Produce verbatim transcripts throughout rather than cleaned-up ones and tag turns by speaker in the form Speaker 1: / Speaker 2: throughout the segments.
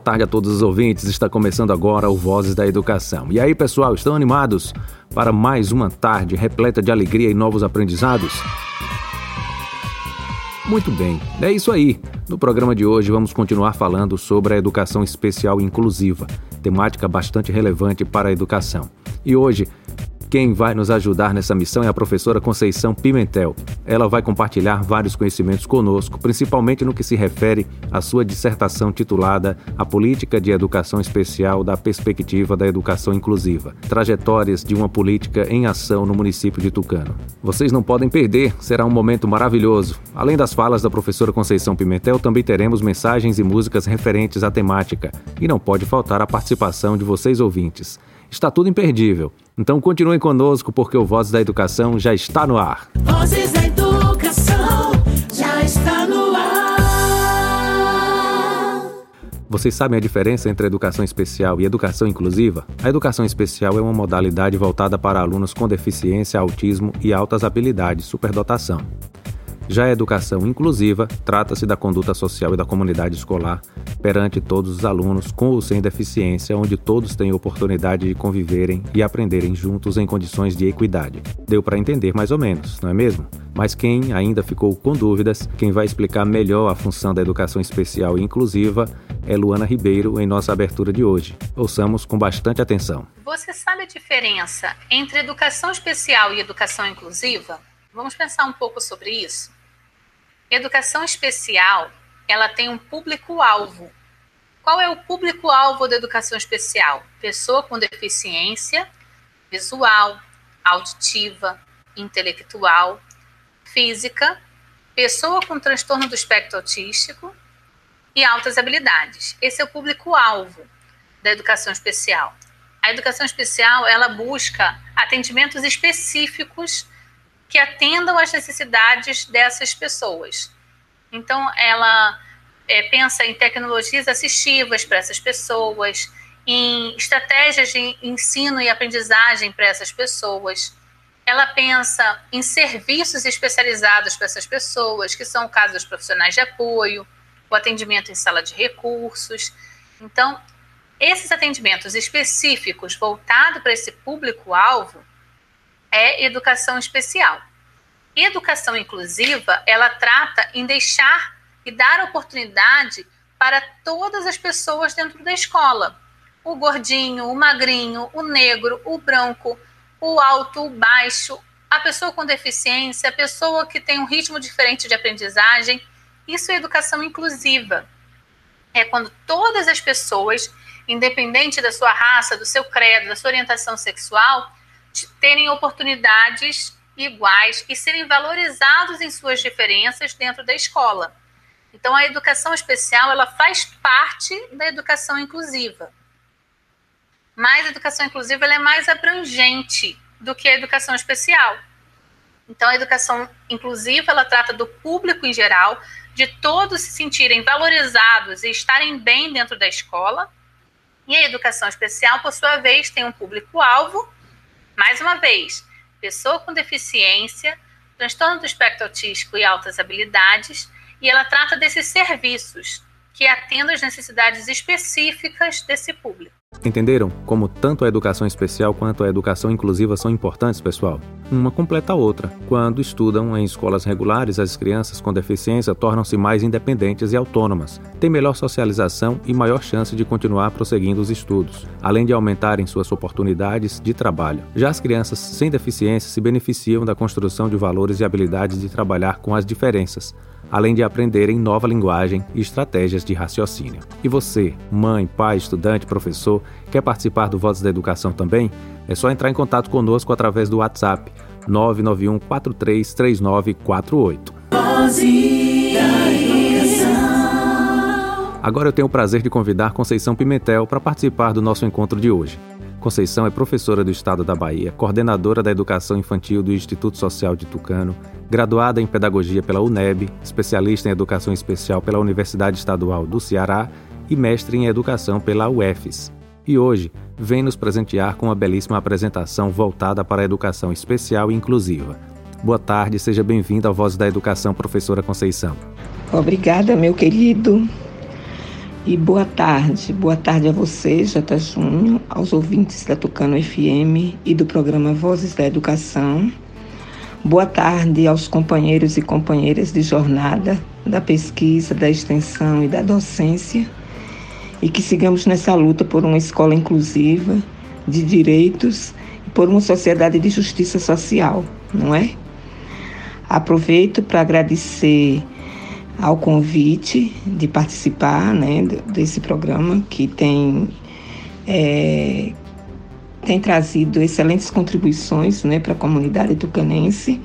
Speaker 1: tarde a todos os ouvintes. Está começando agora o Vozes da Educação. E aí, pessoal, estão animados para mais uma tarde repleta de alegria e novos aprendizados? Muito bem, é isso aí. No programa de hoje vamos continuar falando sobre a educação especial inclusiva, temática bastante relevante para a educação. E hoje, quem vai nos ajudar nessa missão é a professora Conceição Pimentel. Ela vai compartilhar vários conhecimentos conosco, principalmente no que se refere à sua dissertação titulada A Política de Educação Especial da Perspectiva da Educação Inclusiva, trajetórias de uma política em ação no município de Tucano. Vocês não podem perder, será um momento maravilhoso. Além das falas da professora Conceição Pimentel, também teremos mensagens e músicas referentes à temática. E não pode faltar a participação de vocês ouvintes. Está tudo imperdível. Então continuem conosco porque o Vozes da Educação já está no ar.
Speaker 2: Vozes da Educação já está no ar.
Speaker 1: Vocês sabem a diferença entre a educação especial e educação inclusiva? A educação especial é uma modalidade voltada para alunos com deficiência, autismo e altas habilidades, superdotação. Já a educação inclusiva trata-se da conduta social e da comunidade escolar perante todos os alunos com ou sem deficiência, onde todos têm oportunidade de conviverem e aprenderem juntos em condições de equidade. Deu para entender mais ou menos, não é mesmo? Mas quem ainda ficou com dúvidas, quem vai explicar melhor a função da educação especial e inclusiva é Luana Ribeiro em nossa abertura de hoje. Ouçamos com bastante atenção.
Speaker 3: Você sabe a diferença entre educação especial e educação inclusiva? Vamos pensar um pouco sobre isso? Educação especial, ela tem um público-alvo. Qual é o público-alvo da educação especial? Pessoa com deficiência visual, auditiva, intelectual, física, pessoa com transtorno do espectro autístico e altas habilidades. Esse é o público-alvo da educação especial. A educação especial, ela busca atendimentos específicos que atendam às necessidades dessas pessoas. Então, ela é, pensa em tecnologias assistivas para essas pessoas, em estratégias de ensino e aprendizagem para essas pessoas. Ela pensa em serviços especializados para essas pessoas, que são o caso dos profissionais de apoio, o atendimento em sala de recursos. Então, esses atendimentos específicos voltados para esse público-alvo é educação especial. E educação inclusiva, ela trata em deixar e dar oportunidade para todas as pessoas dentro da escola. O gordinho, o magrinho, o negro, o branco, o alto, o baixo, a pessoa com deficiência, a pessoa que tem um ritmo diferente de aprendizagem. Isso é educação inclusiva. É quando todas as pessoas, independente da sua raça, do seu credo, da sua orientação sexual, terem oportunidades iguais e serem valorizados em suas diferenças dentro da escola. Então, a educação especial, ela faz parte da educação inclusiva. Mas a educação inclusiva, ela é mais abrangente do que a educação especial. Então, a educação inclusiva, ela trata do público em geral, de todos se sentirem valorizados e estarem bem dentro da escola. E a educação especial, por sua vez, tem um público-alvo. Mais uma vez, pessoa com deficiência, transtorno do espectro autístico e altas habilidades, e ela trata desses serviços que atendam às necessidades específicas desse público.
Speaker 1: Entenderam como tanto a educação especial quanto a educação inclusiva são importantes, pessoal? Uma completa a outra. Quando estudam em escolas regulares, as crianças com deficiência tornam-se mais independentes e autônomas, têm melhor socialização e maior chance de continuar prosseguindo os estudos, além de aumentarem suas oportunidades de trabalho. Já as crianças sem deficiência se beneficiam da construção de valores e habilidades de trabalhar com as diferenças, além de aprenderem nova linguagem e estratégias de raciocínio. E você, mãe, pai, estudante, professor, quer participar do Vozes da Educação também? É só entrar em contato conosco através do WhatsApp nove nove um quatro três três nove quatro oito.
Speaker 2: Vozes da Educação.
Speaker 1: Agora eu tenho o prazer de convidar Conceição Pimentel para participar do nosso encontro de hoje. Conceição é professora do Estado da Bahia, coordenadora da Educação Infantil do Instituto Social de Tucano, graduada em Pedagogia pela U N E B, especialista em Educação Especial pela Universidade Estadual do Ceará e mestre em Educação pela U F S. E hoje vem nos presentear com uma belíssima apresentação voltada para a educação especial e inclusiva. Boa tarde, seja bem-vinda ao Voz da Educação, professora Conceição.
Speaker 4: Obrigada, meu querido. E boa tarde, boa tarde a você, J. Júnior, aos ouvintes da Tucano F M e do programa Vozes da Educação. Boa tarde aos companheiros e companheiras de jornada da pesquisa, da extensão e da docência, e que sigamos nessa luta por uma escola inclusiva, de direitos e por uma sociedade de justiça social, não é? Aproveito para agradecer ao convite de participar, né, desse programa que tem, é, tem trazido excelentes contribuições, né, para a comunidade tucanense.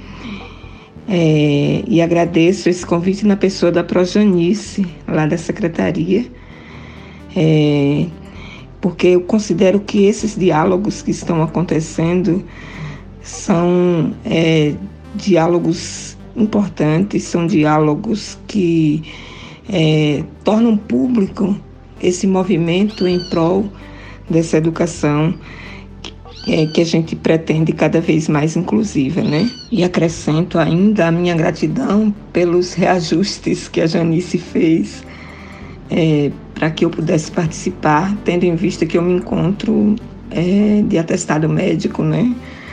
Speaker 4: É, e agradeço esse convite na pessoa da Projanice, lá da Secretaria, é, porque eu considero que esses diálogos que estão acontecendo são é, diálogos importantes, são diálogos que é, tornam público esse movimento em prol dessa educação é, que a gente pretende cada vez mais inclusiva, né? E acrescento ainda a minha gratidão pelos reajustes que a Janice fez é, para que eu pudesse participar, tendo em vista que eu me encontro é, de atestado médico, né?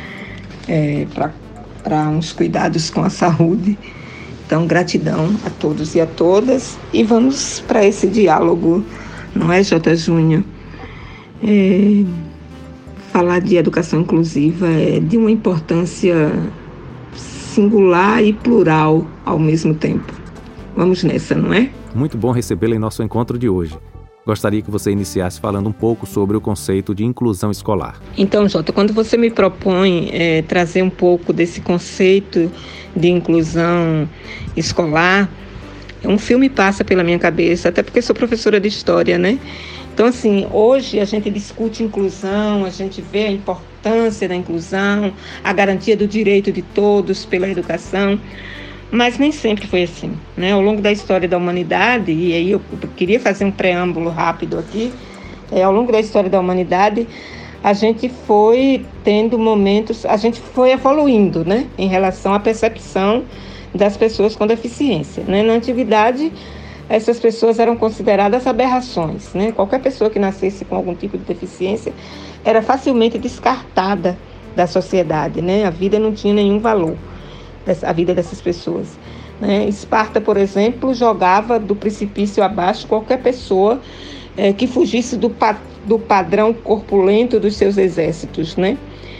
Speaker 4: É, para para uns cuidados com a saúde. Então, gratidão a todos e a todas. E vamos para esse diálogo, não é, J. Júnior? É, falar de educação inclusiva é de uma importância singular e plural ao mesmo tempo. Vamos nessa, não é?
Speaker 1: Muito bom recebê-la em nosso encontro de hoje. Gostaria que você iniciasse falando um pouco sobre o conceito de inclusão escolar.
Speaker 4: Então, Jota, quando você me propõe é, trazer um pouco desse conceito de inclusão escolar, um filme passa pela minha cabeça, até porque sou professora de história, né? Então, assim, hoje a gente discute inclusão, a gente vê a importância da inclusão, a garantia do direito de todos pela educação, mas nem sempre foi assim, né? Ao longo da história da humanidade, e aí eu queria fazer um preâmbulo rápido aqui, é, ao longo da história da humanidade, a gente foi tendo momentos, a gente foi evoluindo, né? Em relação à percepção das pessoas com deficiência, né? Na antiguidade, essas pessoas eram consideradas aberrações, né? Qualquer pessoa que nascesse com algum tipo de deficiência era facilmente descartada da sociedade, né? A vida não tinha nenhum valor. A vida dessas pessoas, né? Esparta, por exemplo, jogava do precipício abaixo qualquer pessoa é, que fugisse do, pa- do padrão corpulento dos seus exércitos, né?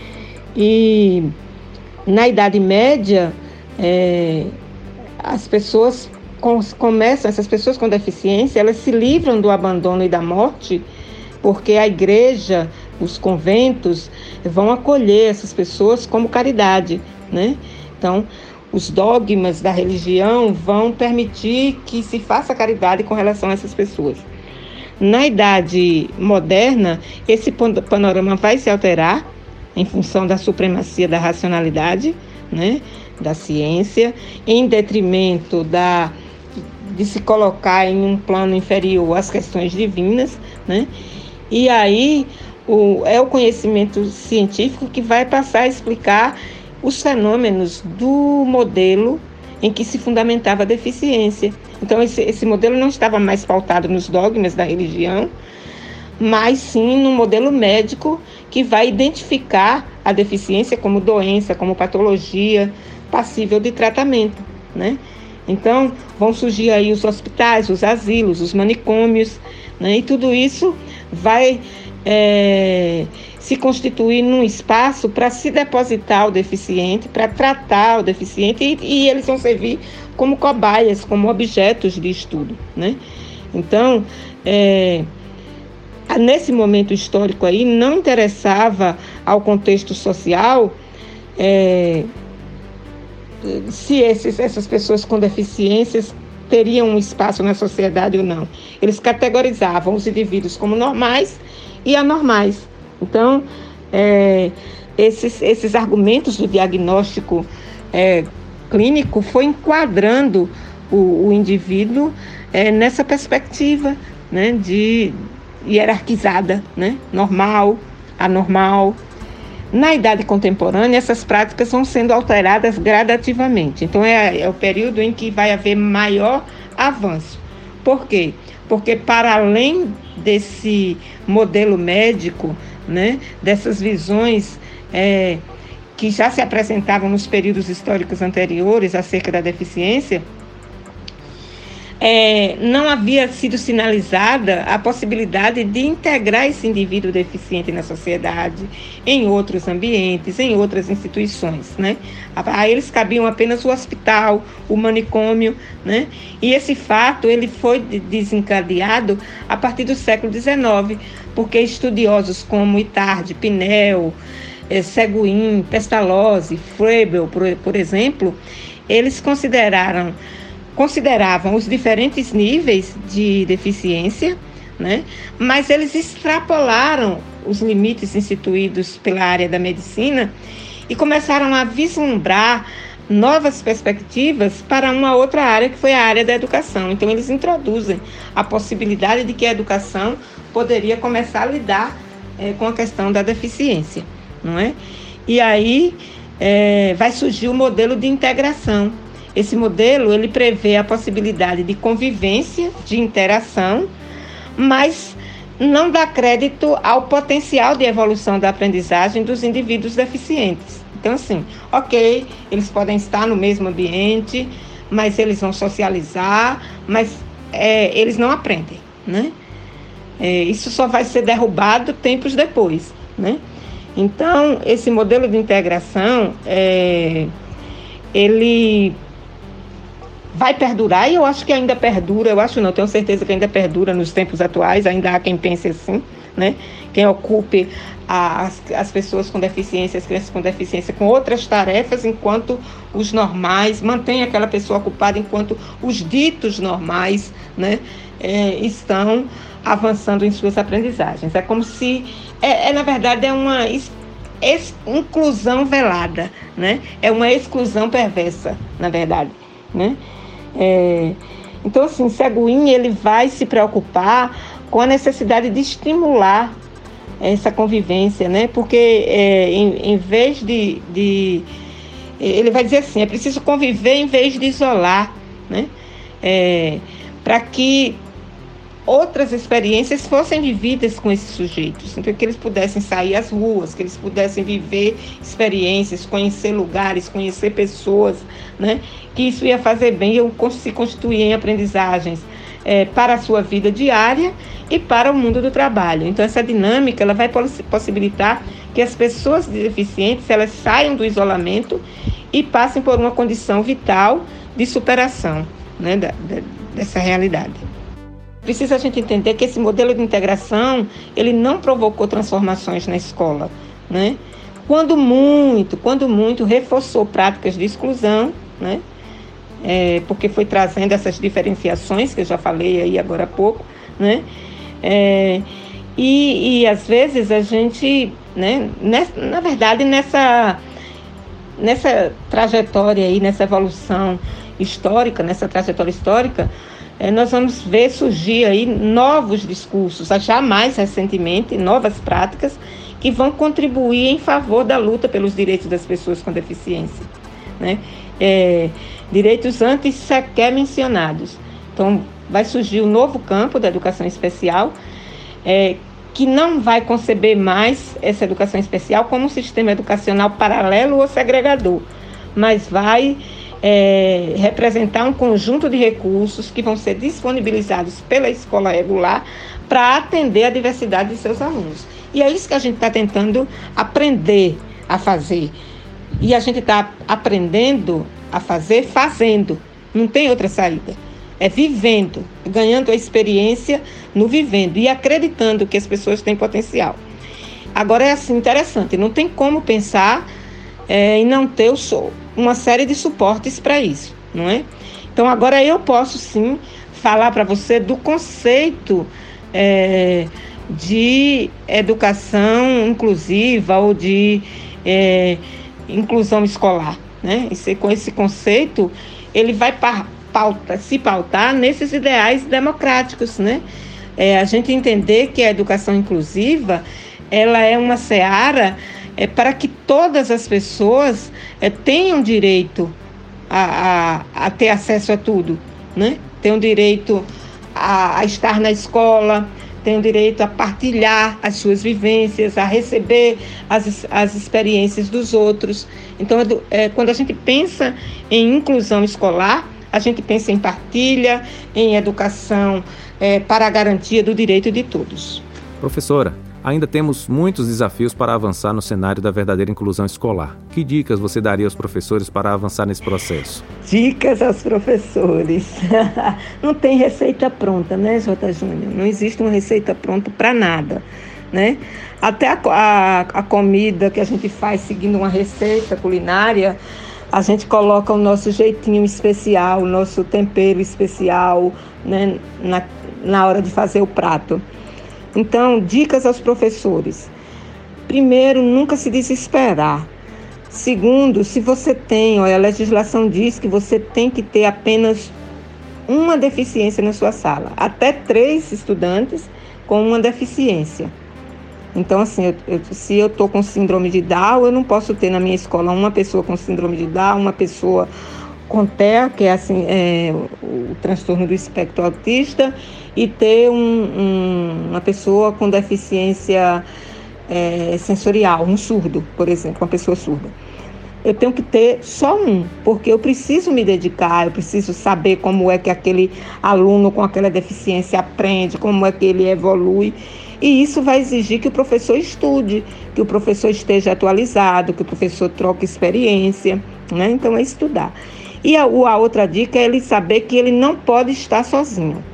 Speaker 4: E na Idade Média, é, as pessoas com, começam, essas pessoas com deficiência, elas se livram do abandono e da morte, porque a igreja, os conventos vão acolher essas pessoas como caridade, né? Então, os dogmas da religião vão permitir que se faça caridade com relação a essas pessoas. Na Idade Moderna, esse panorama vai se alterar em função da supremacia da racionalidade, né, da ciência, em detrimento da, de se colocar em um plano inferior às questões divinas, né? E aí o, é o conhecimento científico que vai passar a explicar os fenômenos do modelo em que se fundamentava a deficiência. Então, esse, esse modelo não estava mais pautado nos dogmas da religião, mas sim no modelo médico que vai identificar a deficiência como doença, como patologia passível de tratamento, né? Então, vão surgir aí os hospitais, os asilos, os manicômios, né? E tudo isso vai É, se constituir num espaço para se depositar o deficiente, para tratar o deficiente, e, e eles vão servir como cobaias, como objetos de estudo, né? Então, é, nesse momento histórico aí, não interessava ao contexto social é, se esses, essas pessoas com deficiências teriam um espaço na sociedade ou não. Eles categorizavam os indivíduos como normais e anormais. Então, é, esses, esses argumentos do diagnóstico é, clínico foi enquadrando o, o indivíduo é, nessa perspectiva, né, de hierarquizada, né, normal, anormal. Na idade contemporânea, essas práticas vão sendo alteradas gradativamente. Então, é, é o período em que vai haver maior avanço. Por quê? porque para além desse modelo médico, né, dessas visões é, que já se apresentavam nos períodos históricos anteriores acerca da deficiência, É, não havia sido sinalizada a possibilidade de integrar esse indivíduo deficiente na sociedade, em outros ambientes, em outras instituições, né? A eles cabiam apenas o hospital, o manicômio, né? E esse fato ele foi desencadeado a partir do século dezenove, porque estudiosos como Itard, Pinel, eh, Seguin, Pestalozzi, Froebel, por, por exemplo, eles consideraram consideravam os diferentes níveis de deficiência, né? Mas eles extrapolaram os limites instituídos pela área da medicina e começaram a vislumbrar novas perspectivas para uma outra área, que foi a área da educação. Então, eles introduzem a possibilidade de que a educação poderia começar a lidar é, com a questão da deficiência, não é? E aí é, vai surgir o modelo de integração. Esse modelo, ele prevê a possibilidade de convivência, de interação, mas não dá crédito ao potencial de evolução da aprendizagem dos indivíduos deficientes. Então, assim, ok, eles podem estar no mesmo ambiente, mas eles vão socializar, mas é, eles não aprendem, né? É, isso só vai ser derrubado tempos depois, né? Então, esse modelo de integração, é, ele vai perdurar, e eu acho que ainda perdura, eu acho não, tenho certeza que ainda perdura nos tempos atuais, ainda há quem pense assim, né? Quem ocupe a, as, as pessoas com deficiência, as crianças com deficiência, com outras tarefas, enquanto os normais, mantém aquela pessoa ocupada enquanto os ditos normais, né, é, estão avançando em suas aprendizagens. É como se, é, é na verdade, é uma es, es, inclusão velada, né? É uma exclusão perversa, na verdade, né? É, então, assim, Seguin, ele vai se preocupar com a necessidade de estimular essa convivência, né? Porque é, em, em vez de, de... Ele vai dizer assim, é preciso conviver em vez de isolar, né? É, para que outras experiências fossem vividas com esses sujeitos, então que eles pudessem sair às ruas, que eles pudessem viver experiências, conhecer lugares, conhecer pessoas, né? Que isso ia fazer bem, iam se constituir em aprendizagens é, para a sua vida diária e para o mundo do trabalho. Então, essa dinâmica ela vai possibilitar que as pessoas deficientes elas saiam do isolamento e passem por uma condição vital de superação, né, da, da, dessa realidade. Precisa a gente entender que esse modelo de integração, ele não provocou transformações na escola, né? Quando muito, quando muito, reforçou práticas de exclusão, né? É, porque foi trazendo essas diferenciações que eu já falei aí agora há pouco, né? É, e, e às vezes a gente, né, nessa, na verdade, nessa, nessa trajetória aí, nessa evolução histórica, nessa trajetória histórica, É, nós vamos ver surgir aí novos discursos, já mais recentemente, novas práticas que vão contribuir em favor da luta pelos direitos das pessoas com deficiência, né? É, direitos antes sequer mencionados. Então, vai surgir um novo campo da educação especial, é, que não vai conceber mais essa educação especial como um sistema educacional paralelo ou segregador, mas vai É, representar um conjunto de recursos que vão ser disponibilizados pela escola regular para atender a diversidade de seus alunos. E é isso que a gente está tentando aprender a fazer. E a gente está aprendendo a fazer fazendo. Não tem outra saída. É vivendo, ganhando a experiência no vivendo e acreditando que as pessoas têm potencial. Agora é assim, interessante, não tem como pensar é, em não ter o show. Uma série de suportes para isso, não é? Então, agora eu posso, sim, falar para você do conceito é, de educação inclusiva ou de é, inclusão escolar, né? E com esse conceito, ele vai pauta, se pautar nesses ideais democráticos, né? É, a gente entender que a educação inclusiva, ela é uma seara é para que todas as pessoas é, tenham direito a, a, a ter acesso a tudo, né? Tenham direito a, a estar na escola, tem o direito a partilhar as suas vivências, a receber as, as experiências dos outros. Então, é, quando a gente pensa em inclusão escolar, a gente pensa em partilha, em educação é, para a garantia do direito de todos.
Speaker 1: Professora, ainda temos muitos desafios para avançar no cenário da verdadeira inclusão escolar. Que dicas você daria aos professores para avançar nesse processo?
Speaker 4: Dicas aos professores. Não tem receita pronta, né, J. Júnior? Não existe uma receita pronta para nada, né? Até a, a, a comida que a gente faz seguindo uma receita culinária, a gente coloca o nosso jeitinho especial, o nosso tempero especial, né, na, na hora de fazer o prato. Então, dicas aos professores. Primeiro, nunca se desesperar. Segundo, se você tem, olha, a legislação diz que você tem que ter apenas uma deficiência na sua sala. Até três estudantes com uma deficiência. Então, assim, eu, eu, se eu estou com síndrome de Down, eu não posso ter na minha escola uma pessoa com síndrome de Down, uma pessoa com T E A, que é, assim, é o transtorno do espectro autista, e ter um, um, uma pessoa com deficiência é, sensorial, um surdo, por exemplo, uma pessoa surda. Eu tenho que ter só um, porque eu preciso me dedicar, eu preciso saber como é que aquele aluno com aquela deficiência aprende, como é que ele evolui. E isso vai exigir que o professor estude, que o professor esteja atualizado, que o professor troque experiência, né? Então é estudar. E a, a outra dica é ele saber que ele não pode estar sozinho.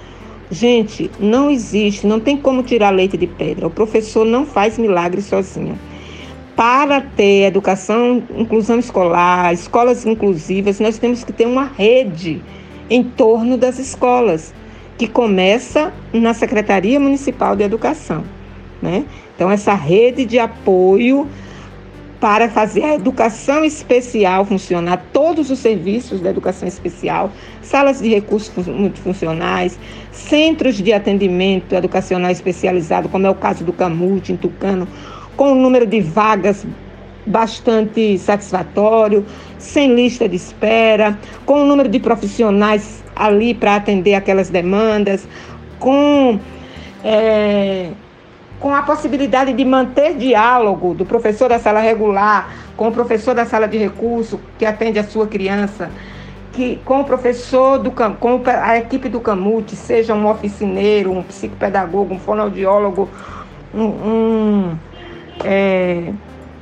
Speaker 4: Gente, não existe, não tem como tirar leite de pedra. O professor não faz milagre sozinho. Para ter educação, inclusão escolar, escolas inclusivas, nós temos que ter uma rede em torno das escolas, que começa na Secretaria Municipal de Educação, né? Então, essa rede de apoio para fazer a educação especial funcionar, todos os serviços da educação especial, salas de recursos multifuncionais, centros de atendimento educacional especializado, como é o caso do Camute, em Tucano, com um número de vagas bastante satisfatório, sem lista de espera, com um número de profissionais ali para atender aquelas demandas, com... É, com a possibilidade de manter diálogo do professor da sala regular com o professor da sala de recurso que atende a sua criança, que, com o professor, do, com a equipe do Camute, seja um oficineiro, um psicopedagogo, um fonoaudiólogo, um, um é,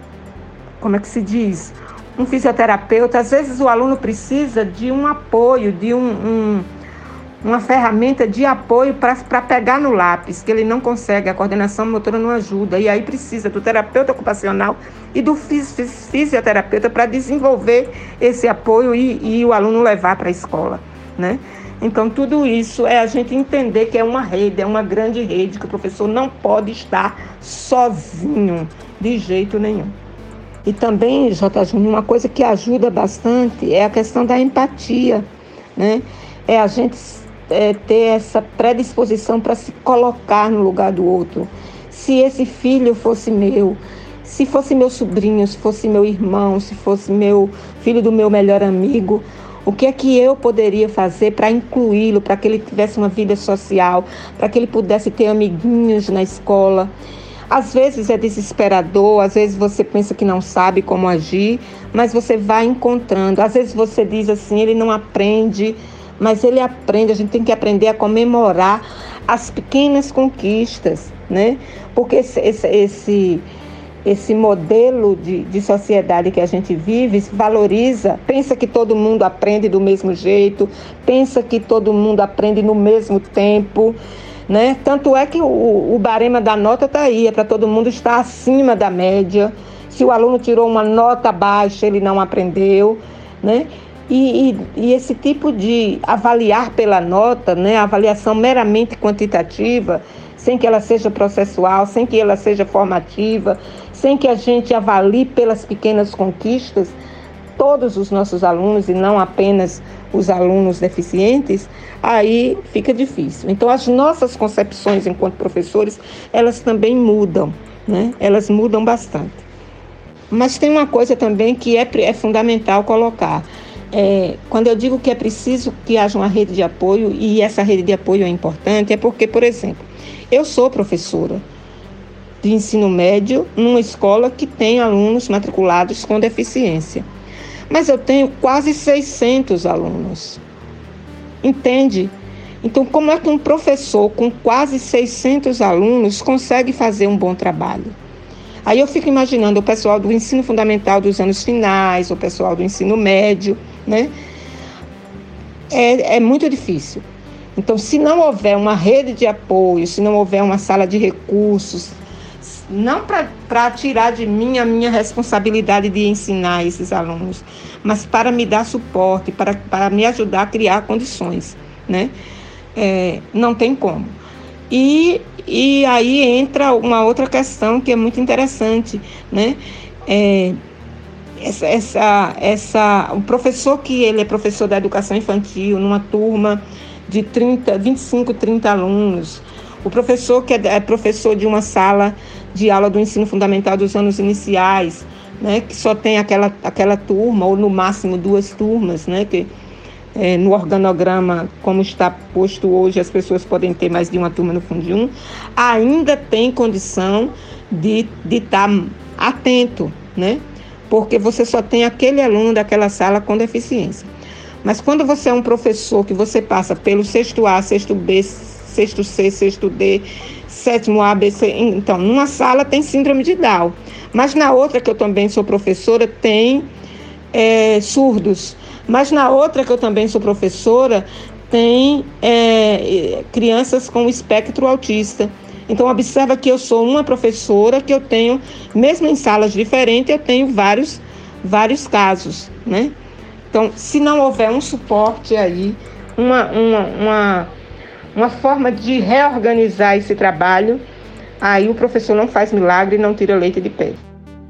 Speaker 4: como é que se diz? Um fisioterapeuta. Às vezes o aluno precisa de um apoio, de um... um uma ferramenta de apoio para pegar no lápis, que ele não consegue, a coordenação motora não ajuda, e aí precisa do terapeuta ocupacional e do fisioterapeuta para desenvolver esse apoio e, e o aluno levar para a escola, né? Então, tudo isso é a gente entender que é uma rede, é uma grande rede, que o professor não pode estar sozinho, de jeito nenhum. E também, J. Júnior, uma coisa que ajuda bastante é a questão da empatia, né? É a gente é, ter essa predisposição para se colocar no lugar do outro. Se esse filho fosse meu, se fosse meu sobrinho, se fosse meu irmão, se fosse meu filho do meu melhor amigo, o que é que eu poderia fazer para incluí-lo, para que ele tivesse uma vida social, para que ele pudesse ter amiguinhos na escola? Às vezes é desesperador, às vezes você pensa que não sabe como agir, mas você vai encontrando. Às vezes você diz assim, ele não aprende, mas ele aprende. A gente tem que aprender a comemorar as pequenas conquistas, né? Porque esse, esse, esse, esse modelo de, de sociedade que a gente vive valoriza, pensa que todo mundo aprende do mesmo jeito, pensa que todo mundo aprende no mesmo tempo, né? Tanto é que o, o barema da nota está aí, é para todo mundo estar acima da média. Se o aluno tirou uma nota baixa, ele não aprendeu, né? E, e, e esse tipo de avaliar pela nota, né, avaliação meramente quantitativa, sem que ela seja processual, sem que ela seja formativa, sem que a gente avalie pelas pequenas conquistas todos os nossos alunos e não apenas os alunos deficientes, aí fica difícil. Então, as nossas concepções enquanto professores, elas também mudam, né? Elas mudam bastante. Mas tem uma coisa também que é, é fundamental colocar. É, quando eu digo que é preciso que haja uma rede de apoio, e essa rede de apoio é importante, é porque, por exemplo, eu sou professora de ensino médio numa escola que tem alunos matriculados com deficiência, mas eu tenho quase seiscentos alunos, entende? Então, como é que um professor com quase seiscentos alunos consegue fazer um bom trabalho? Aí eu fico imaginando o pessoal do ensino fundamental dos anos finais, o pessoal do ensino médio, né? É, é muito difícil. Então, se não houver uma rede de apoio, se não houver uma sala de recursos, não para tirar de mim a minha responsabilidade de ensinar esses alunos, mas para me dar suporte, para, para me ajudar a criar condições, né? É, não tem como. E, e aí entra uma outra questão que é muito interessante, né? É, essa, essa, essa, o professor que ele é professor da educação infantil, numa turma de trinta, vinte e cinco, trinta alunos, o professor que é, é professor de uma sala de aula do ensino fundamental dos anos iniciais, né? Que só tem aquela, aquela turma, ou no máximo duas turmas, né? Que, É, no organograma, como está posto hoje, as pessoas podem ter mais de uma turma no Fundo um, ainda tem condição de estar atento, né? Porque você só tem aquele aluno daquela sala com deficiência. Mas quando você é um professor que você passa pelo sexto A, sexto B, sexto C, sexto D, sétimo A, B, C, então, numa sala tem síndrome de Down, mas na outra, que eu também sou professora, tem é, surdos. Mas na outra, que eu também sou professora, tem é, crianças com espectro autista. Então, observa que eu sou uma professora que eu tenho, mesmo em salas diferentes, eu tenho vários, vários casos, né? Então, se não houver um suporte aí, uma, uma, uma, uma forma de reorganizar esse trabalho, aí o professor não faz milagre e não tira leite de pedra.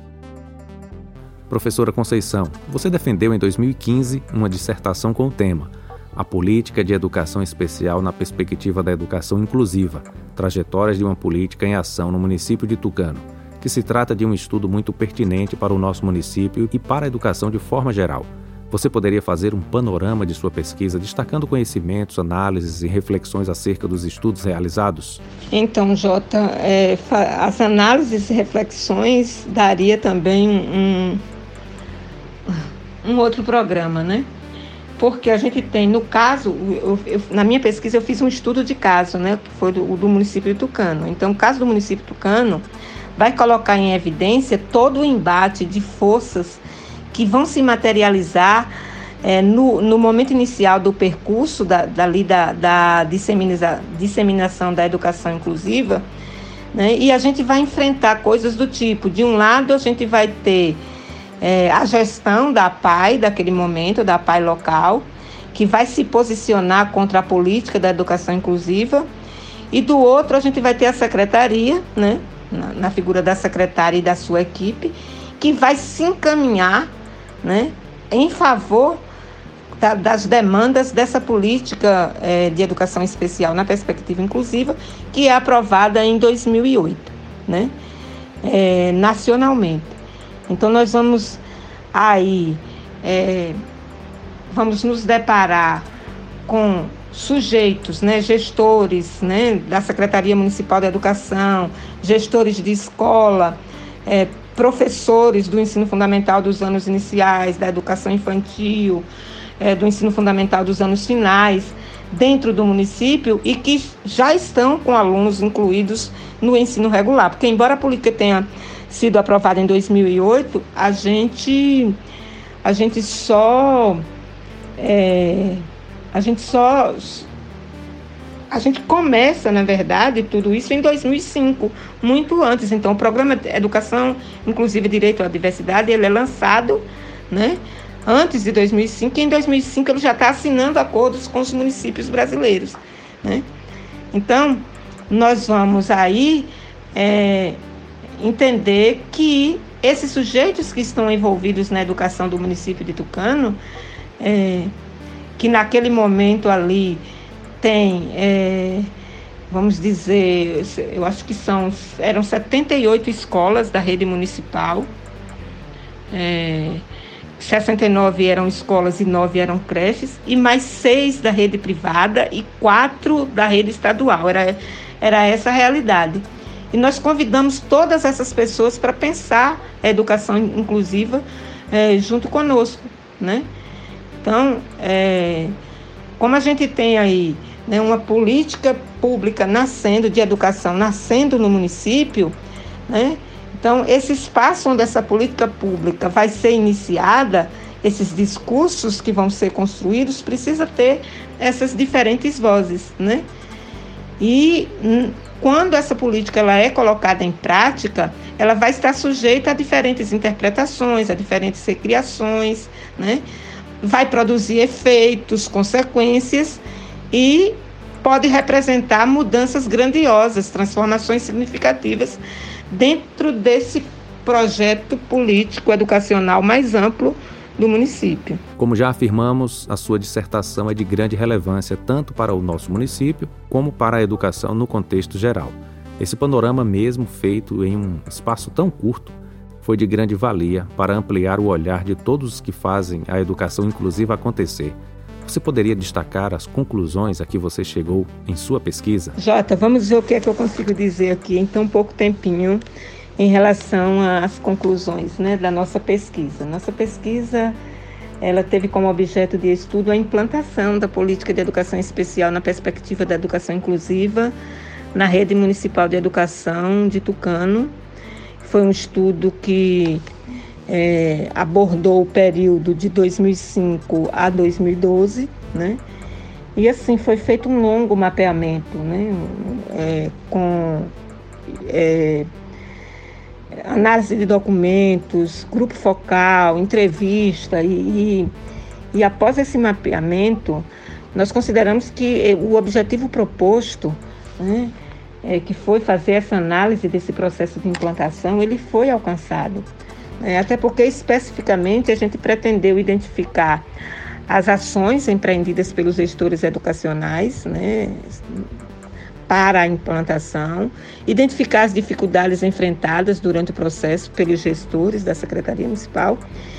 Speaker 1: Professora Conceição, você defendeu em dois mil e quinze uma dissertação com o tema A Política de Educação Especial na Perspectiva da Educação Inclusiva, Trajetórias de uma Política em Ação no município de Tucano, que se trata de um estudo muito pertinente para o nosso município e para a educação de forma geral. Você poderia fazer um panorama de sua pesquisa, destacando conhecimentos, análises e reflexões acerca dos estudos realizados?
Speaker 4: Então, Jota, é, as análises e reflexões daria também um, um outro programa, né? Porque a gente tem, no caso, eu, eu, na minha pesquisa eu fiz um estudo de caso, né? Que foi do, do município de Tucano. Então, o caso do município de Tucano vai colocar em evidência todo o embate de forças que vão se materializar é, no, no momento inicial do percurso da, dali da, da dissemina, disseminação da educação inclusiva, né? E a gente vai enfrentar coisas do tipo, de um lado a gente vai ter é, a gestão da P A I, daquele momento, da P A I local, que vai se posicionar contra a política da educação inclusiva, e do outro a gente vai ter a secretaria, né? na, na figura da secretária e da sua equipe, que vai se encaminhar, né, em favor da, das demandas dessa política é, de educação especial na perspectiva inclusiva, que é aprovada em dois mil e oito, né, é, nacionalmente. Então, nós vamos aí, é, vamos nos deparar com sujeitos, né, gestores, né, da Secretaria Municipal da Educação, gestores de escola, é, professores do ensino fundamental dos anos iniciais, da educação infantil, é, do ensino fundamental dos anos finais, dentro do município, e que já estão com alunos incluídos no ensino regular. Porque, embora a política tenha sido aprovada em dois mil e oito, a gente, a gente só... É, a gente só... A gente começa, na verdade, tudo isso em dois mil e cinco, muito antes. Então, o programa de Educação Inclusiva e Direito à Diversidade, ele é lançado, né, antes de dois mil e cinco, e em dois mil e cinco ele já está assinando acordos com os municípios brasileiros, né? Então, nós vamos aí é, entender que esses sujeitos que estão envolvidos na educação do município de Tucano, é, que naquele momento ali tem, é, vamos dizer, eu acho que são, eram setenta e oito escolas da rede municipal, é, sessenta e nove eram escolas e nove eram creches, e mais seis da rede privada e quatro da rede estadual. Era, era essa a realidade. E nós convidamos todas essas pessoas para pensar a educação inclusiva é, junto conosco, né? Então, é, como a gente tem aí, né, uma política pública nascendo, de educação nascendo no município, né? Então, esse espaço onde essa política pública vai ser iniciada, esses discursos que vão ser construídos, precisa ter essas diferentes vozes, né? E quando essa política ela é colocada em prática, ela vai estar sujeita a diferentes interpretações, a diferentes recriações, né? Vai produzir efeitos, consequências e pode representar mudanças grandiosas, transformações significativas dentro desse projeto político educacional mais amplo do município.
Speaker 1: Como já afirmamos, a sua dissertação é de grande relevância tanto para o nosso município como para a educação no contexto geral. Esse panorama, mesmo feito em um espaço tão curto, foi de grande valia para ampliar o olhar de todos os que fazem a educação inclusiva acontecer. Você poderia destacar as conclusões a que você chegou em sua pesquisa?
Speaker 4: Jota, vamos ver o que é que eu consigo dizer aqui em tão pouco tempinho em relação às conclusões, né, da nossa pesquisa. Nossa pesquisa ela teve como objeto de estudo a implantação da política de educação especial na perspectiva da educação inclusiva na rede municipal de educação de Tucano. Foi um estudo que é, abordou o período de dois mil e cinco a dois mil e doze, né? E assim foi feito um longo mapeamento, né? É, com é, análise de documentos, grupo focal, entrevista e, e, e após esse mapeamento nós consideramos que o objetivo proposto, né, é, que foi fazer essa análise desse processo de implantação, ele foi alcançado. É, até porque especificamente a gente pretendeu identificar as ações empreendidas pelos gestores educacionais, né, para a implantação, identificar as dificuldades enfrentadas durante o processo pelos gestores da Secretaria Municipal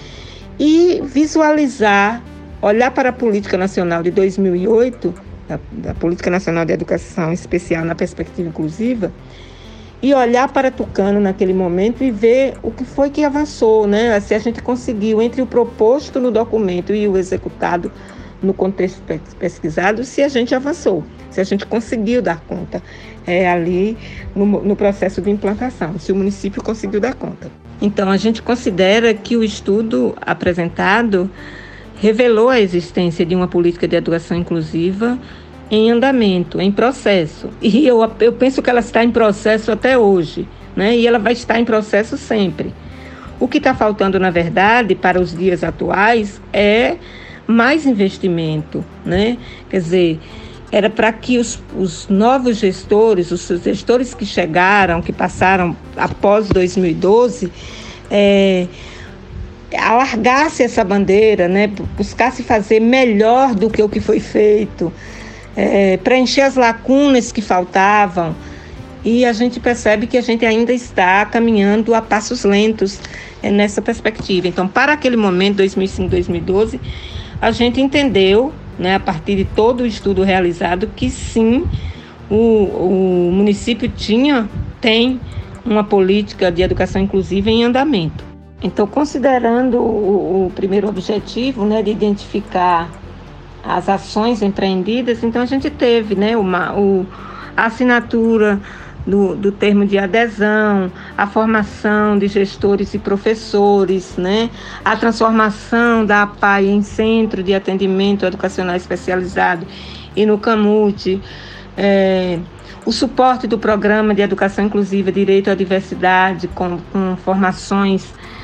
Speaker 4: e visualizar, olhar para a Política Nacional de dois mil e oito, da, da Política Nacional de Educação Especial na perspectiva inclusiva, e olhar para Tucano naquele momento e ver o que foi que avançou, né? Se a gente conseguiu, entre o proposto no documento e o executado no contexto pesquisado, se a gente avançou, se a gente conseguiu dar conta é, ali no, no processo de implantação, se o município conseguiu dar conta. Então, a gente considera que o estudo apresentado revelou a existência de uma política de educação inclusiva em andamento, em processo. E eu, eu penso que ela está em processo até hoje, né? E ela vai estar em processo sempre. O que está faltando, na verdade, para os dias atuais é mais investimento, né? Quer dizer, era para que os, os novos gestores, os gestores que chegaram, que passaram após dois mil e doze, é, alargasse essa bandeira, né? Buscasse fazer melhor do que o que foi feito, é, preencher as lacunas que faltavam. E a gente percebe que a gente ainda está caminhando a passos lentos é, nessa perspectiva. Então, para aquele momento, dois mil e cinco, dois mil e doze, a gente entendeu, né, a partir de todo o estudo realizado, que sim, o, o município tinha, tem uma política de educação inclusiva em andamento. Então, considerando o, o primeiro objetivo, né, de identificar as ações empreendidas, então a gente teve, né, uma, o, a assinatura do, do termo de adesão, a formação de gestores e professores, né, a transformação da A P A I em Centro de Atendimento Educacional Especializado e no CAMUT, é, o suporte do Programa de Educação Inclusiva Direito à Diversidade com, com formações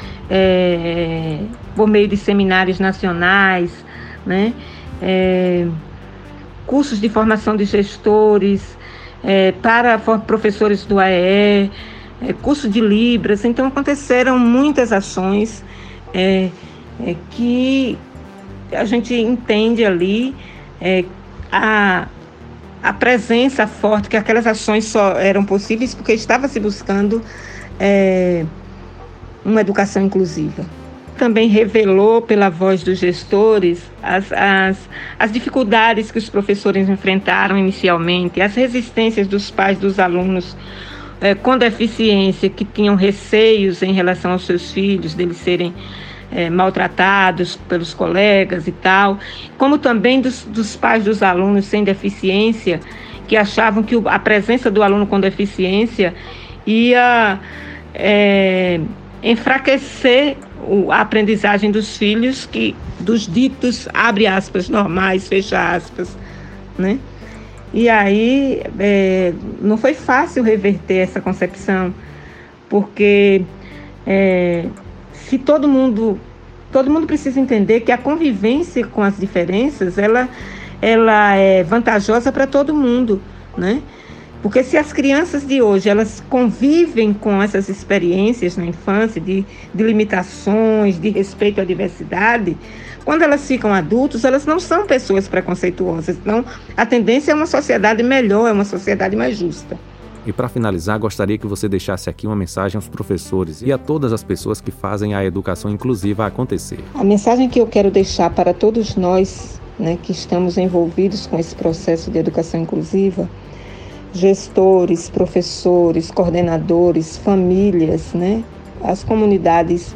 Speaker 4: é, por meio de seminários nacionais, né, é, cursos de formação de gestores, É, para professores do A E E, é, curso de Libras. Então, aconteceram muitas ações é, é, que a gente entende ali é, a, a presença forte, que aquelas ações só eram possíveis porque estava se buscando é, uma educação inclusiva. também revelou, pela voz dos gestores, as, as, as dificuldades que os professores enfrentaram inicialmente, as resistências dos pais dos alunos é, com deficiência, que tinham receios em relação aos seus filhos, deles serem é, maltratados pelos colegas e tal, como também dos, dos pais dos alunos sem deficiência, que achavam que a presença do aluno com deficiência ia é, enfraquecer a aprendizagem dos filhos, que, dos ditos, abre aspas, normais, fecha aspas, né? E aí é, não foi fácil reverter essa concepção, porque é, se todo mundo, todo mundo precisa entender que a convivência com as diferenças, ela, ela é vantajosa para todo mundo, né? Porque se as crianças de hoje, elas convivem com essas experiências na infância, de, de limitações, de respeito à diversidade, quando elas ficam adultos, elas não são pessoas preconceituosas. Então, a tendência é uma sociedade melhor, é uma sociedade mais justa.
Speaker 1: E para finalizar, gostaria que você deixasse aqui uma mensagem aos professores e a todas as pessoas que fazem a educação inclusiva acontecer.
Speaker 4: A mensagem que eu quero deixar para todos nós, né, que estamos envolvidos com esse processo de educação inclusiva, gestores, professores, coordenadores, famílias, né, as comunidades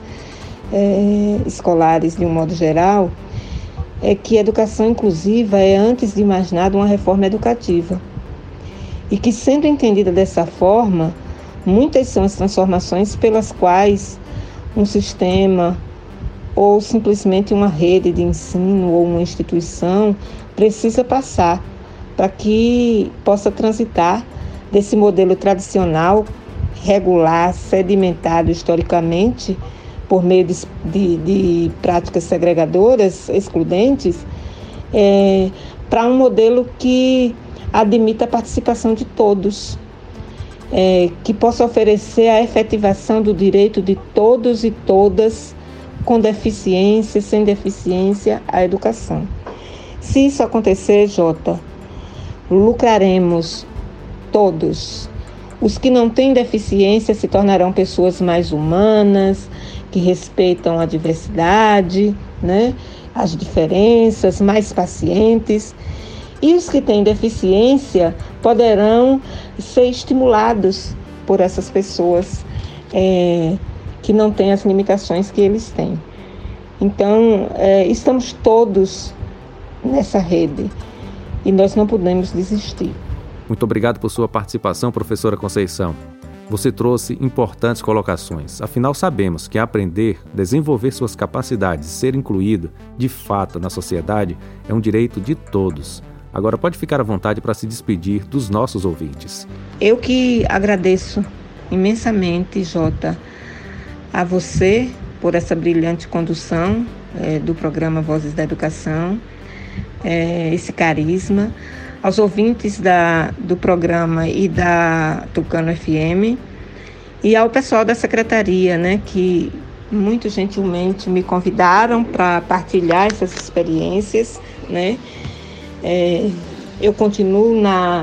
Speaker 4: é, escolares de um modo geral, é que a educação inclusiva é, antes de mais nada, uma reforma educativa. E que, sendo entendida dessa forma, muitas são as transformações pelas quais um sistema ou simplesmente uma rede de ensino ou uma instituição precisa passar para que possa transitar desse modelo tradicional, regular, sedimentado historicamente, por meio de, de, de práticas segregadoras, excludentes, é, para um modelo que admita a participação de todos, é, que possa oferecer a efetivação do direito de todos e todas, com deficiência, sem deficiência, à educação. Se isso acontecer, Jota, lucraremos todos. Os que não têm deficiência se tornarão pessoas mais humanas, que respeitam a diversidade, né, as diferenças, mais pacientes. E os que têm deficiência poderão ser estimulados por essas pessoas é, que não têm as limitações que eles têm. Então, é, estamos todos nessa rede. E nós não podemos desistir.
Speaker 1: Muito obrigado por sua participação, professora Conceição. Você trouxe importantes colocações. Afinal, sabemos que aprender, desenvolver suas capacidades e ser incluído, de fato, na sociedade, é um direito de todos. Agora pode ficar à vontade para se despedir dos nossos ouvintes.
Speaker 4: Eu que agradeço imensamente, Jota, a você por essa brilhante condução é, do programa Vozes da Educação, É, esse carisma, aos ouvintes da, do programa e da Tucano F M e ao pessoal da secretaria, né, que muito gentilmente me convidaram para partilhar essas experiências, né. É, eu continuo na,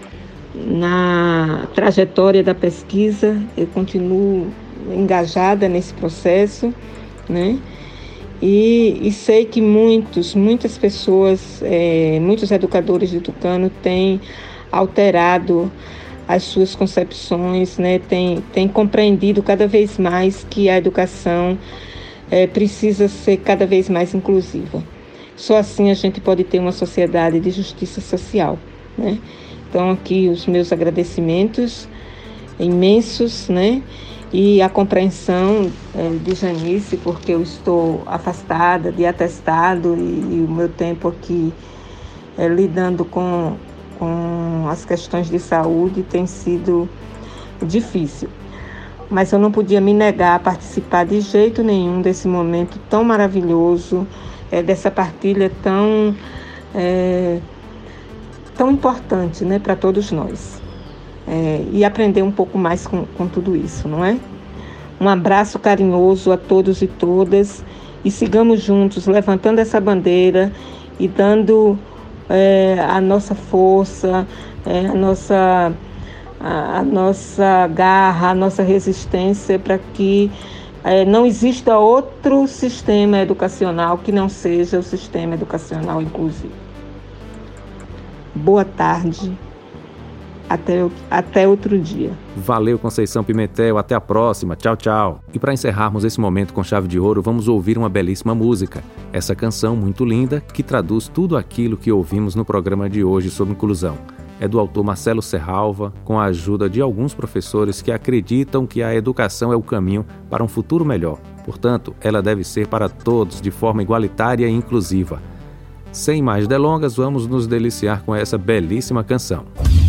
Speaker 4: na trajetória da pesquisa, eu continuo engajada nesse processo, né. E, e sei que muitos, muitas pessoas, é, muitos educadores de Tucano têm alterado as suas concepções, né? Têm, têm compreendido cada vez mais que a educação é, precisa ser cada vez mais inclusiva. Só assim a gente pode ter uma sociedade de justiça social, né? Então aqui os meus agradecimentos imensos, né? E a compreensão é, de Janice, porque eu estou afastada de atestado e, e o meu tempo aqui é, lidando com, com as questões de saúde tem sido difícil. Mas eu não podia me negar a participar de jeito nenhum desse momento tão maravilhoso, é, dessa partilha tão, é, tão importante, né, para todos nós. É, e aprender um pouco mais com, com tudo isso, não é? Um abraço carinhoso a todos e todas e sigamos juntos levantando essa bandeira e dando é, a nossa força, é, a, nossa, a, a nossa garra, a nossa resistência para que é, não exista outro sistema educacional que não seja o sistema educacional inclusivo. Boa tarde. Até, até outro dia.
Speaker 1: Valeu, Conceição Pimentel. Até a próxima. Tchau, tchau. E para encerrarmos esse momento com chave de ouro, vamos ouvir uma belíssima música. Essa canção muito linda que traduz tudo aquilo que ouvimos no programa de hoje sobre inclusão. É do autor Marcelo Serralva, com a ajuda de alguns professores que acreditam que a educação é o caminho para um futuro melhor. Portanto, ela deve ser para todos de forma igualitária e inclusiva. Sem mais delongas, vamos nos deliciar com essa belíssima canção.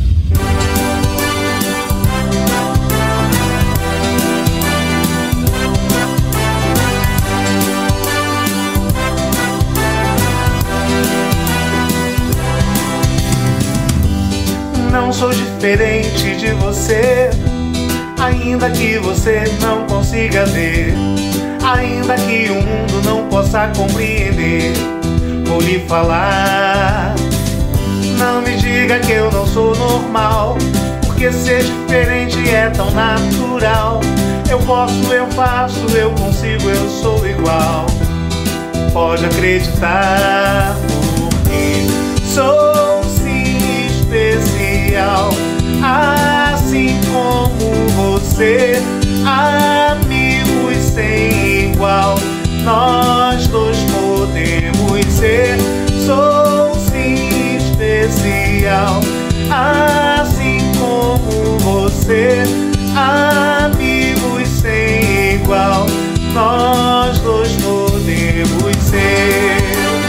Speaker 5: Não sou diferente de você, ainda que você não consiga ver, ainda que o mundo não possa compreender. Vou lhe falar, não me diga que eu não sou normal, porque ser diferente é tão natural. Eu posso, eu faço, eu consigo, eu sou igual. Pode acreditar, porque sou sim especial, assim como você, amigos sem igual. Nós dois podemos ser, sou sim especial, assim como você, amigos sem igual. Nós dois podemos ser.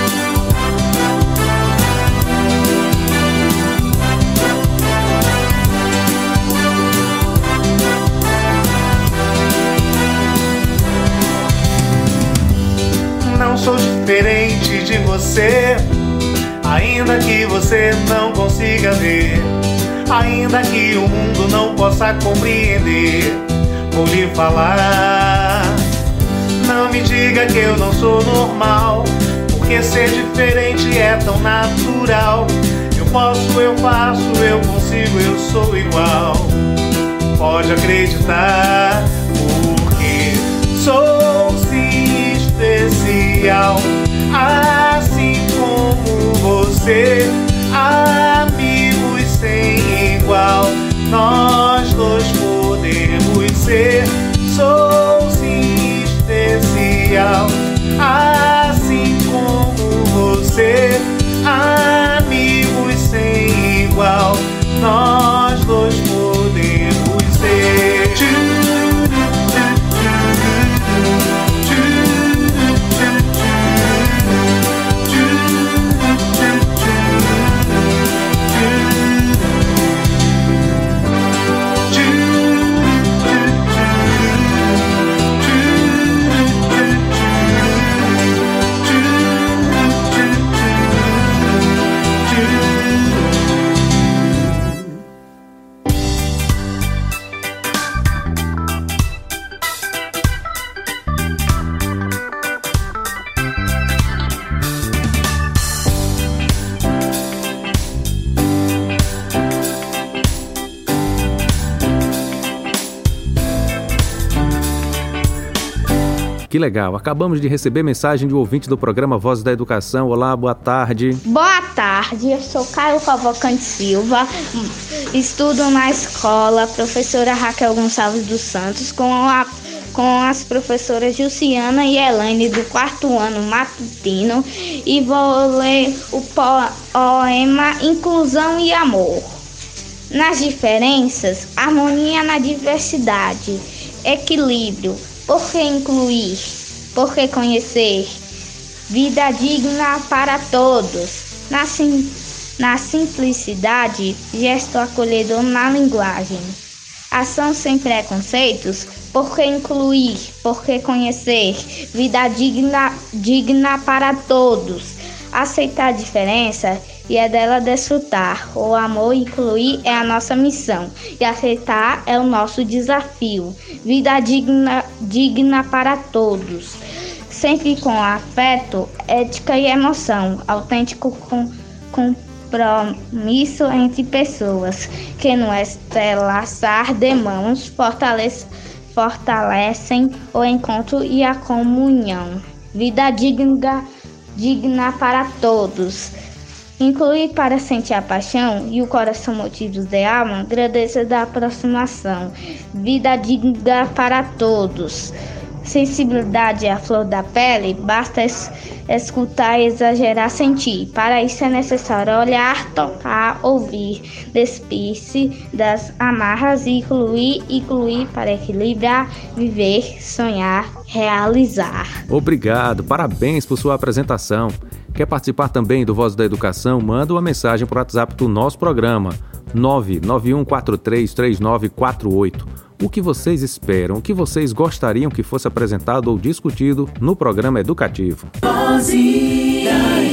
Speaker 5: Não sou diferente de você, ainda que você não consiga ver, ainda que o mundo não possa compreender. Vou lhe falar, não me diga que eu não sou normal, porque ser diferente é tão natural. Eu posso, eu faço, eu consigo, eu sou igual. Pode acreditar, porque sou sim especial, assim como você, amigos sem igual. Nós dois podemos ser, sou sim especial, assim como você, amigos sem igual. Nós dois podemos ser.
Speaker 1: Que legal! Acabamos de receber mensagem de um ouvinte do programa Voz da Educação. Olá, boa tarde.
Speaker 6: Boa tarde, eu sou Caio Cavalcante Silva, estudo na escola Professora Raquel Gonçalves dos Santos com, a, com as professoras Jussiana e Elaine do quarto ano matutino e vou ler o poema Inclusão e Amor. Nas diferenças, harmonia na diversidade, equilíbrio. Por que incluir? Por que conhecer? Vida digna para todos. Na, sim, na simplicidade, gesto acolhedor na linguagem. Ação sem preconceitos. Por que incluir? Por que conhecer? Vida digna, digna para todos. Aceitar a diferença e é dela desfrutar. O amor incluir é a nossa missão e aceitar é o nosso desafio. Vida digna, digna para todos, sempre com afeto, ética e emoção, autêntico com, compromisso entre pessoas, que no entrelaçar de mãos fortalece, fortalecem o encontro e a comunhão. Vida digna, digna para todos. Incluir para sentir a paixão e o coração motivos de alma, grandeza da aproximação. Vida digna para todos. Sensibilidade à flor da pele, basta es- escutar e exagerar sentir. Para isso é necessário olhar, tocar, ouvir, despir-se das amarras e incluir, incluir para equilibrar, viver, sonhar, realizar.
Speaker 1: Obrigado, parabéns por sua apresentação. Quer participar também do Voz da Educação? Manda uma mensagem para o WhatsApp do nosso programa, nove nove um quatro três três nove quatro oito. O que vocês esperam, o que vocês gostariam que fosse apresentado ou discutido no programa educativo?
Speaker 2: Voz da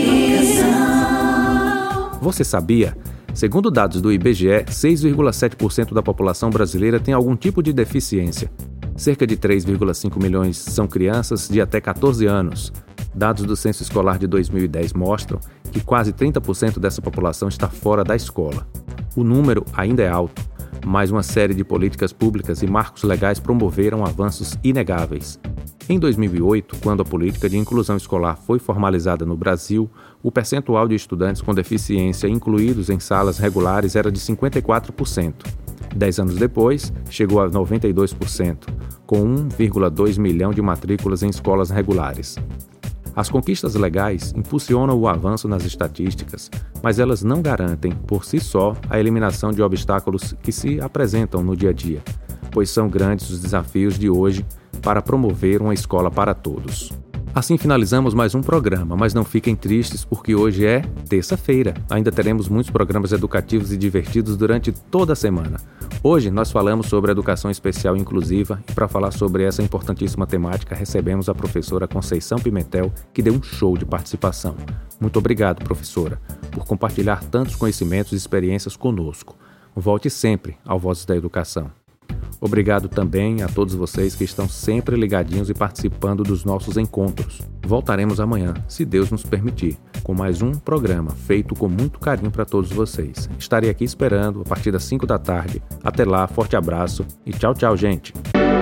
Speaker 2: Educação.
Speaker 1: Você sabia? Segundo dados do I B G E, seis vírgula sete por cento da população brasileira tem algum tipo de deficiência. Cerca de três vírgula cinco milhões são crianças de até catorze anos. Dados do Censo Escolar de dois mil e dez mostram que quase trinta por cento dessa população está fora da escola. O número ainda é alto, mas uma série de políticas públicas e marcos legais promoveram avanços inegáveis. Em dois mil e oito, quando a política de inclusão escolar foi formalizada no Brasil, o percentual de estudantes com deficiência incluídos em salas regulares era de cinquenta e quatro por cento. Dez anos depois, chegou a noventa e dois por cento, com um vírgula dois milhão de matrículas em escolas regulares. As conquistas legais impulsionam o avanço nas estatísticas, mas elas não garantem, por si só, a eliminação de obstáculos que se apresentam no dia a dia, pois são grandes os desafios de hoje para promover uma escola para todos. Assim finalizamos mais um programa, mas não fiquem tristes porque hoje é terça-feira. Ainda teremos muitos programas educativos e divertidos durante toda a semana. Hoje nós falamos sobre educação especial inclusiva e para falar sobre essa importantíssima temática recebemos a professora Conceição Pimentel, que deu um show de participação. Muito obrigado, professora, por compartilhar tantos conhecimentos e experiências conosco. Volte sempre ao Vozes da Educação. Obrigado também a todos vocês que estão sempre ligadinhos e participando dos nossos encontros. Voltaremos amanhã, se Deus nos permitir, com mais um programa feito com muito carinho para todos vocês. Estarei aqui esperando a partir das cinco da tarde. Até lá, forte abraço e tchau, tchau, gente.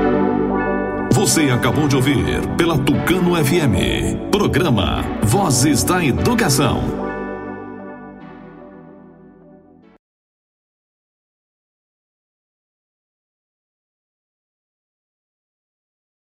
Speaker 7: Você acabou de ouvir pela Tucano F M, programa Vozes da Educação.